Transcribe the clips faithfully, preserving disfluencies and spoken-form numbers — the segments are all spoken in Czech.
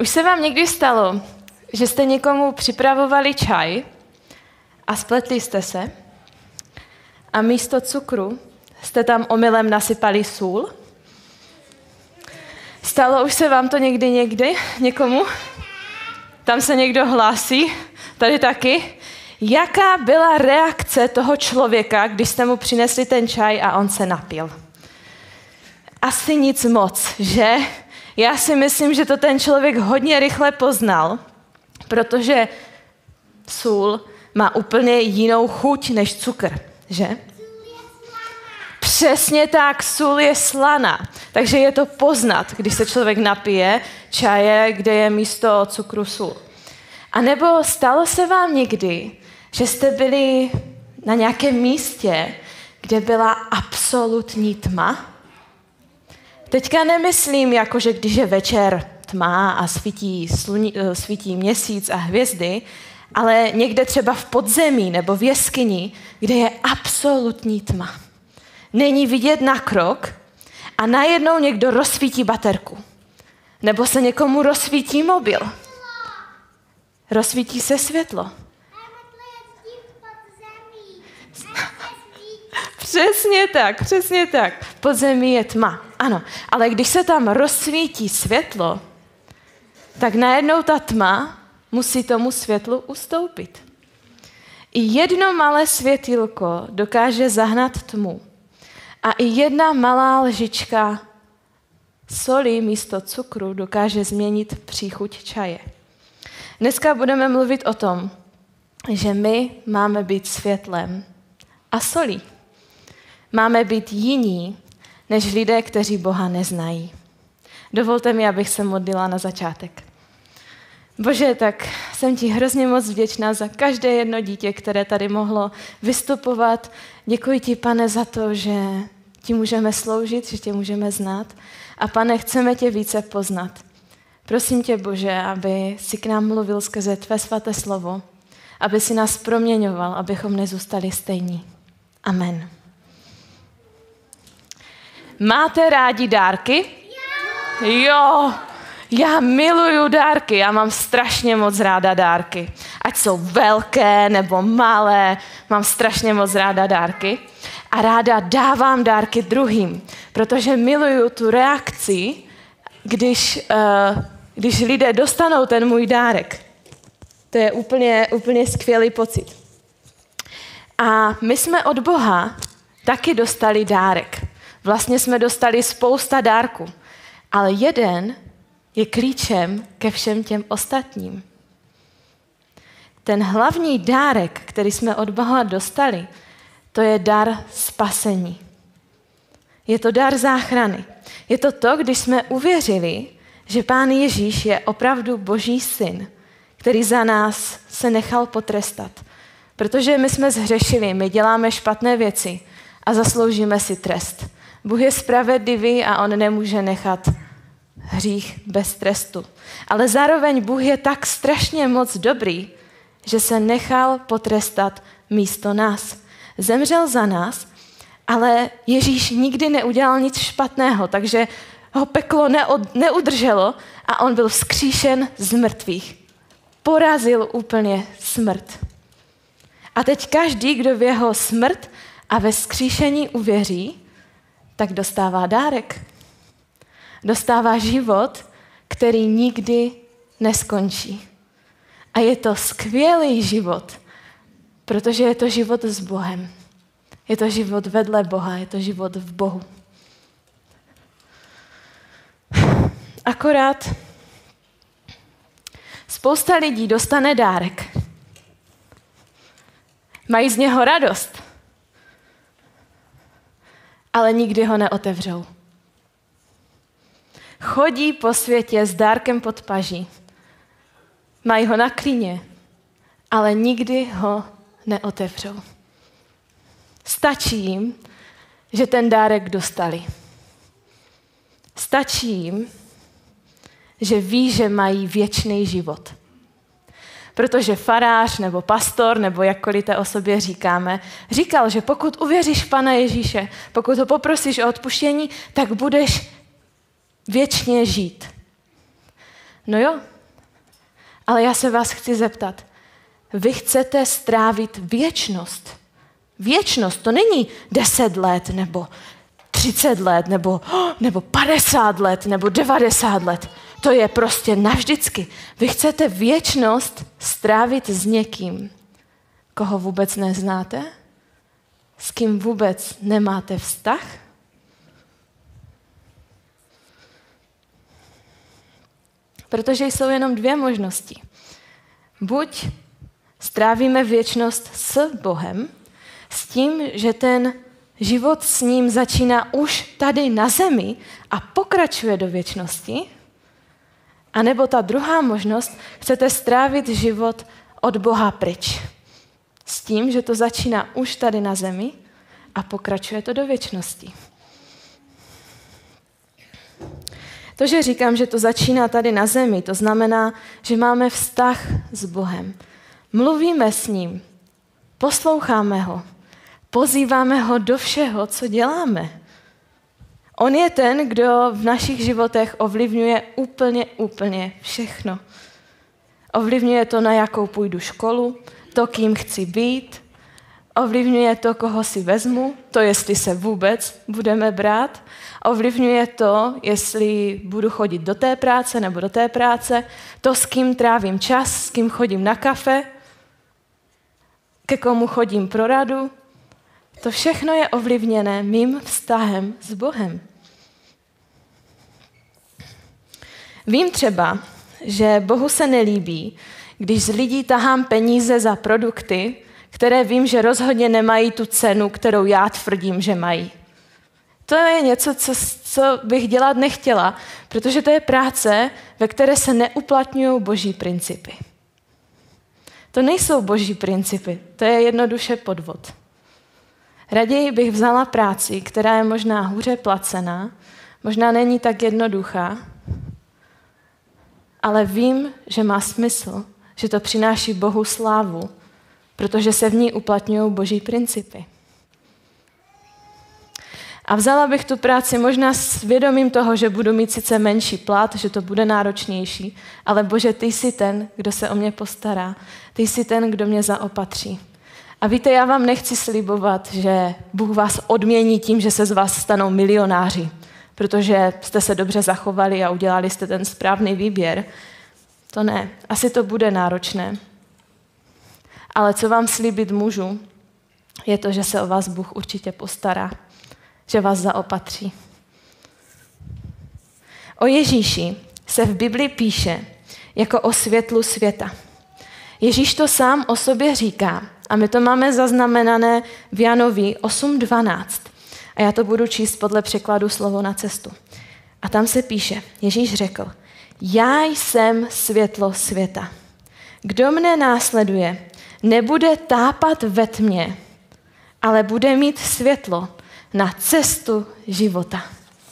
Už se vám někdy stalo, že jste někomu připravovali čaj a spletli jste se a místo cukru jste tam omylem nasypali sůl? Stalo už se vám to někdy někdy někomu? Tam se někdo hlásí, tady taky. Jaká byla reakce toho člověka, když jste mu přinesli ten čaj a on se napil? Asi nic moc, že? Já si myslím, že to ten člověk hodně rychle poznal, protože sůl má úplně jinou chuť než cukr, že? Přesně tak, sůl je slaná, takže je to poznat, když se člověk napije čaje, kde je místo cukru sůl. A nebo stalo se vám někdy, že jste byli na nějakém místě, kde byla absolutní tma? Teďka nemyslím, jako že když je večer tma a svítí, sluní, svítí měsíc a hvězdy, ale někde třeba v podzemí nebo v jeskyni, kde je absolutní tma. Není vidět na krok a najednou někdo rozsvítí baterku. Nebo se někomu rozsvítí mobil. Rozsvítí se světlo. Přesně tak, přesně tak. V podzemí je tma, ano. Ale když se tam rozsvítí světlo, tak najednou ta tma musí tomu světlu ustoupit. I jedno malé světýlko dokáže zahnat tmu. A i jedna malá lžička soli místo cukru dokáže změnit příchuť čaje. Dneska budeme mluvit o tom, že my máme být světlem a solí. Máme být jiní, než lidé, kteří Boha neznají. Dovolte mi, abych se modlila na začátek. Bože, tak jsem ti hrozně moc vděčná za každé jedno dítě, které tady mohlo vystupovat. Děkuji ti, Pane, za to, že ti můžeme sloužit, že tě můžeme znát. A Pane, chceme tě více poznat. Prosím tě, Bože, aby si k nám mluvil skrze tvé svaté slovo, aby si nás proměňoval, abychom nezůstali stejní. Amen. Máte rádi dárky? Jo, já miluju dárky, já mám strašně moc ráda dárky. Ať jsou velké nebo malé, mám strašně moc ráda dárky. A ráda dávám dárky druhým, protože miluju tu reakci, když, uh, když lidé dostanou ten můj dárek. To je úplně, úplně skvělý pocit. A my jsme od Boha taky dostali dárek. Vlastně jsme dostali spousta dárků, ale jeden je klíčem ke všem těm ostatním. Ten hlavní dárek, který jsme od Boha dostali, to je dar spasení. Je to dar záchrany. Je to to, když jsme uvěřili, že Pán Ježíš je opravdu Boží syn, který za nás se nechal potrestat. Protože my jsme zhřešili, my děláme špatné věci a zasloužíme si trest. Bůh je spravedlivý a on nemůže nechat hřích bez trestu. Ale zároveň Bůh je tak strašně moc dobrý, že se nechal potrestat místo nás. Zemřel za nás, ale Ježíš nikdy neudělal nic špatného, takže ho peklo neod, neudrželo a on byl vzkříšen z mrtvých. Porazil úplně smrt. A teď každý, kdo v jeho smrt a ve vzkříšení uvěří, tak dostává dárek. Dostává život, který nikdy neskončí. A je to skvělý život, protože je to život s Bohem. Je to život vedle Boha, je to život v Bohu. Akorát spousta lidí dostane dárek. Mají z něho radost, ale nikdy ho neotevřou. Chodí po světě s dárkem pod paží. Mají ho na klíně, ale nikdy ho neotevřou. Stačí jim, že ten dárek dostali. Stačí jim, že ví, že mají věčný život. Protože farář nebo pastor, nebo jakkoliv té o sobě říkáme, říkal, že pokud uvěříš v Pana Ježíše, pokud ho poprosíš o odpuštění, tak budeš věčně žít. No jo, Ale já se vás chci zeptat, vy chcete strávit věčnost. Věčnost, to není deset let, nebo třicet let, nebo, nebo padesát let, nebo devadesát let. To je prostě navždycky. Vy chcete věčnost strávit s někým, koho vůbec neznáte, s kým vůbec nemáte vztah. Protože jsou jenom dvě možnosti. Buď strávíme věčnost s Bohem, s tím, že ten život s ním začíná už tady na zemi a pokračuje do věčnosti, a nebo ta druhá možnost, chcete strávit život od Boha pryč. S tím, že to začíná už tady na zemi a pokračuje to do věčnosti. To, že říkám, že to začíná tady na zemi, to znamená, že máme vztah s Bohem. Mluvíme s ním, posloucháme ho, pozýváme ho do všeho, co děláme. On je ten, kdo v našich životech ovlivňuje úplně, úplně všechno. Ovlivňuje to, na jakou půjdu školu, to, kým chci být, ovlivňuje to, koho si vezmu, to, jestli se vůbec budeme brát, ovlivňuje to, jestli budu chodit do té práce nebo do té práce, to, s kým trávím čas, s kým chodím na kafe, ke komu chodím pro radu. To všechno je ovlivněné mým vztahem s Bohem. Vím třeba, že Bohu se nelíbí, když z lidí tahám peníze za produkty, které vím, že rozhodně nemají tu cenu, kterou já tvrdím, že mají. To je něco, co, co bych dělat nechtěla, protože to je práce, ve které se neuplatňují boží principy. To nejsou boží principy, to je jednoduše podvod. Raději bych vzala práci, která je možná hůře placená, možná není tak jednoduchá, ale vím, že má smysl, že to přináší Bohu slávu, protože se v ní uplatňují boží principy. A vzala bych tu práci možná s vědomím toho, že budu mít sice menší plat, že to bude náročnější, ale Bože, ty jsi ten, kdo se o mě postará. Ty jsi ten, kdo mě zaopatří. A víte, já vám nechci slibovat, že Bůh vás odmění tím, že se z vás stanou milionáři, protože jste se dobře zachovali a udělali jste ten správný výběr. To ne, asi to bude náročné. Ale co vám slíbit můžu, je to, že se o vás Bůh určitě postará, že vás zaopatří. O Ježíši se v Bibli píše jako o světlu světa. Ježíš to sám o sobě říká a my to máme zaznamenané v Janovi osm dvanáct. A já to budu číst podle překladu Slovo na cestu. A tam se píše, Ježíš řekl, já jsem světlo světa. Kdo mne následuje, nebude tápat ve tmě, ale bude mít světlo na cestu života.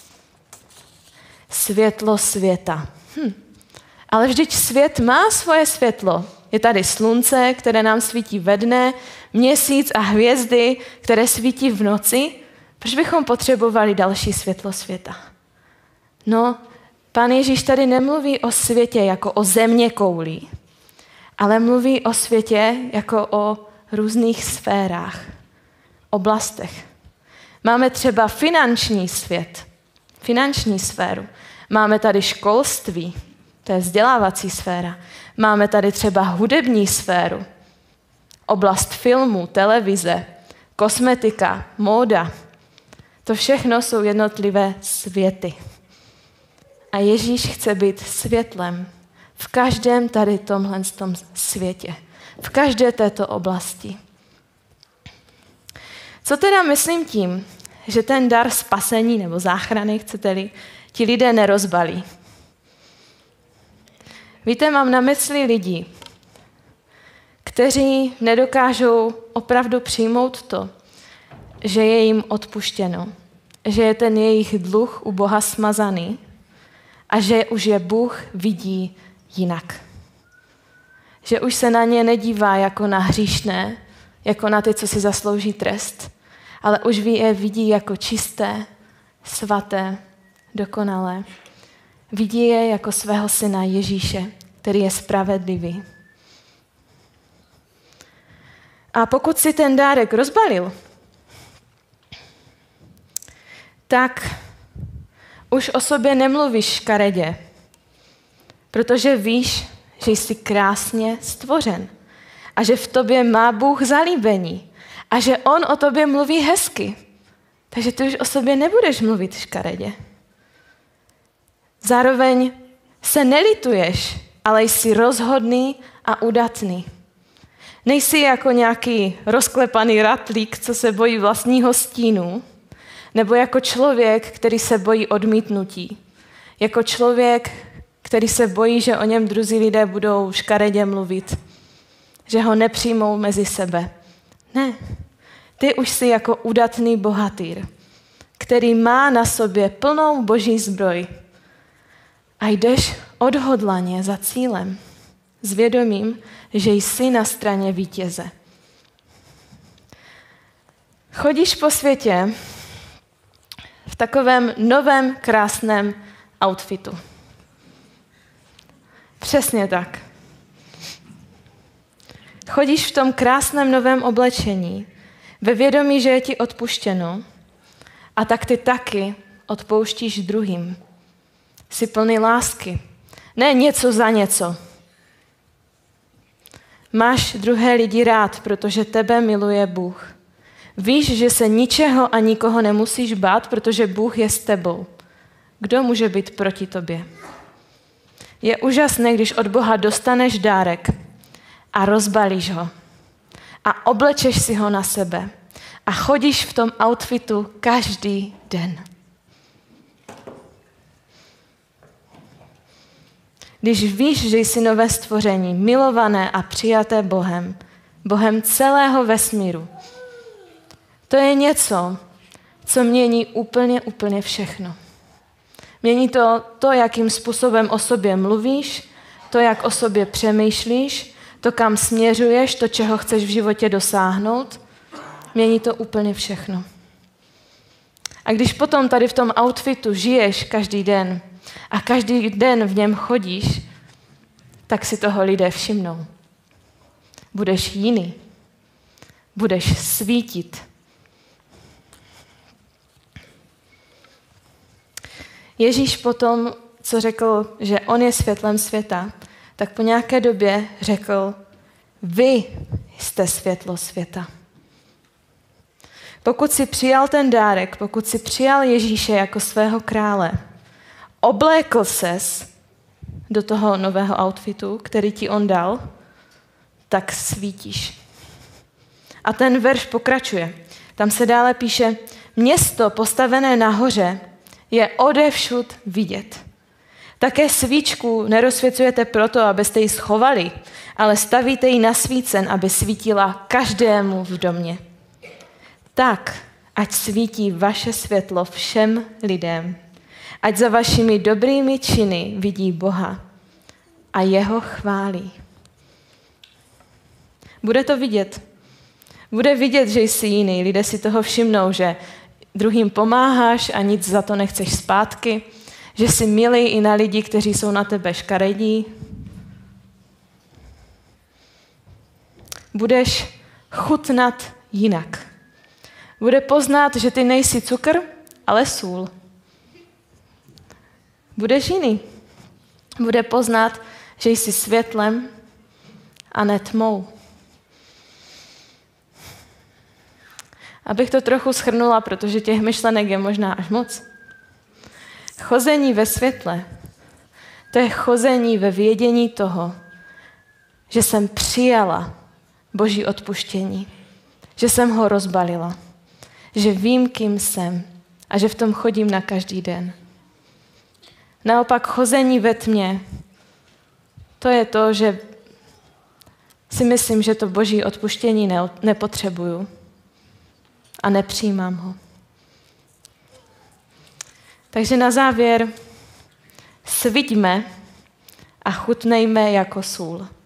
Světlo světa. Hm. Ale vždyť svět má svoje světlo. Je tady slunce, které nám svítí ve dne, měsíc a hvězdy, které svítí v noci. Proč bychom potřebovali další světlo světa? No, Pán Ježíš tady nemluví o světě jako o země koulí, ale mluví o světě jako o různých sférách, oblastech. Máme třeba finanční svět, finanční sféru. Máme tady školství, to je vzdělávací sféra. Máme tady třeba hudební sféru, oblast filmu, televize, kosmetika, móda. To všechno jsou jednotlivé světy. A Ježíš chce být světlem v každém tady tomhle tom světě, v každé této oblasti. Co teda myslím tím, že ten dar spasení nebo záchrany, chcete-li, ti lidé nerozbalí? Víte, mám na mysli lidi, kteří nedokážou opravdu přijmout to, že je jim odpuštěno, že je ten jejich dluh u Boha smazaný a že už je Bůh vidí jinak. Že už se na ně nedívá jako na hříšné, jako na ty, co si zaslouží trest, ale už je vidí jako čisté, svaté, dokonalé. Vidí je jako svého syna Ježíše, který je spravedlivý. A pokud si ten dárek rozbalil, tak už o sobě nemluvíš škaredě, protože víš, že jsi krásně stvořen a že v tobě má Bůh zalíbení a že on o tobě mluví hezky. Takže ty už o sobě nebudeš mluvit škaredě. Zároveň se nelituješ, ale jsi rozhodný a udatný. Nejsi jako nějaký rozklepaný ratlík, co se bojí vlastního stínu, nebo jako člověk, který se bojí odmítnutí. Jako člověk, který se bojí, že o něm druzí lidé budou škaredě mluvit, že ho nepřijmou mezi sebe. Ne, ty už jsi jako udatný bohatýr, který má na sobě plnou boží zbroj a jdeš odhodlaně za cílem, s vědomím, že jsi na straně vítěze. Chodíš po světě v takovém novém, krásném outfitu. Přesně tak. Chodíš v tom krásném novém oblečení, ve vědomí, že je ti odpuštěno, a tak ty taky odpouštíš druhým. Jsi plný lásky. Ne něco za něco. Máš druhé lidi rád, protože tebe miluje Bůh. Víš, že se ničeho a nikoho nemusíš bát, protože Bůh je s tebou. Kdo může být proti tobě? Je úžasné, když od Boha dostaneš dárek a rozbalíš ho a oblečeš si ho na sebe a chodíš v tom outfitu každý den. Když víš, že jsi nové stvoření, milované a přijaté Bohem, Bohem celého vesmíru, to je něco, co mění úplně, úplně všechno. Mění to to, jakým způsobem o sobě mluvíš, to, jak o sobě přemýšlíš, to, kam směřuješ, to, čeho chceš v životě dosáhnout. Mění to úplně všechno. A když potom tady v tom outfitu žiješ každý den a každý den v něm chodíš, tak si toho lidé všimnou. Budeš jiný. Budeš svítit. Ježíš potom, co řekl, že on je světlem světa, tak po nějaké době řekl, vy jste světlo světa. Pokud jsi přijal ten dárek, pokud jsi přijal Ježíše jako svého krále, oblékl ses do toho nového outfitu, který ti on dal, tak svítíš. A ten verš pokračuje. Tam se dále píše, město postavené nahoře je odevšud vidět. Také svíčku nerozsvěcujete proto, abyste ji schovali, ale stavíte ji na svícen, aby svítila každému v domě. Tak, ať svítí vaše světlo všem lidem. Ať za vašimi dobrými činy vidí Boha a jeho chválí. Bude to vidět. Bude vidět, že jsi jiný. Lidé si toho všimnou, že druhým pomáháš a nic za to nechceš zpátky, že jsi milý i na lidi, kteří jsou na tebe škaredí. Budeš chutnat jinak. Bude poznat, že ty nejsi cukr, ale sůl. Budeš jiný. Bude poznat, že jsi světlem a ne tmou. Abych to trochu shrnula, protože těch myšlenek je možná až moc. Chození ve světle, to je chození ve vědění toho, že jsem přijala Boží odpuštění, že jsem ho rozbalila, že vím, kým jsem a že v tom chodím na každý den. Naopak chození ve tmě, to je to, že si myslím, že to Boží odpuštění ne- nepotřebuju a nepřijímám ho. Takže na závěr sviťme a chutnejme jako sůl.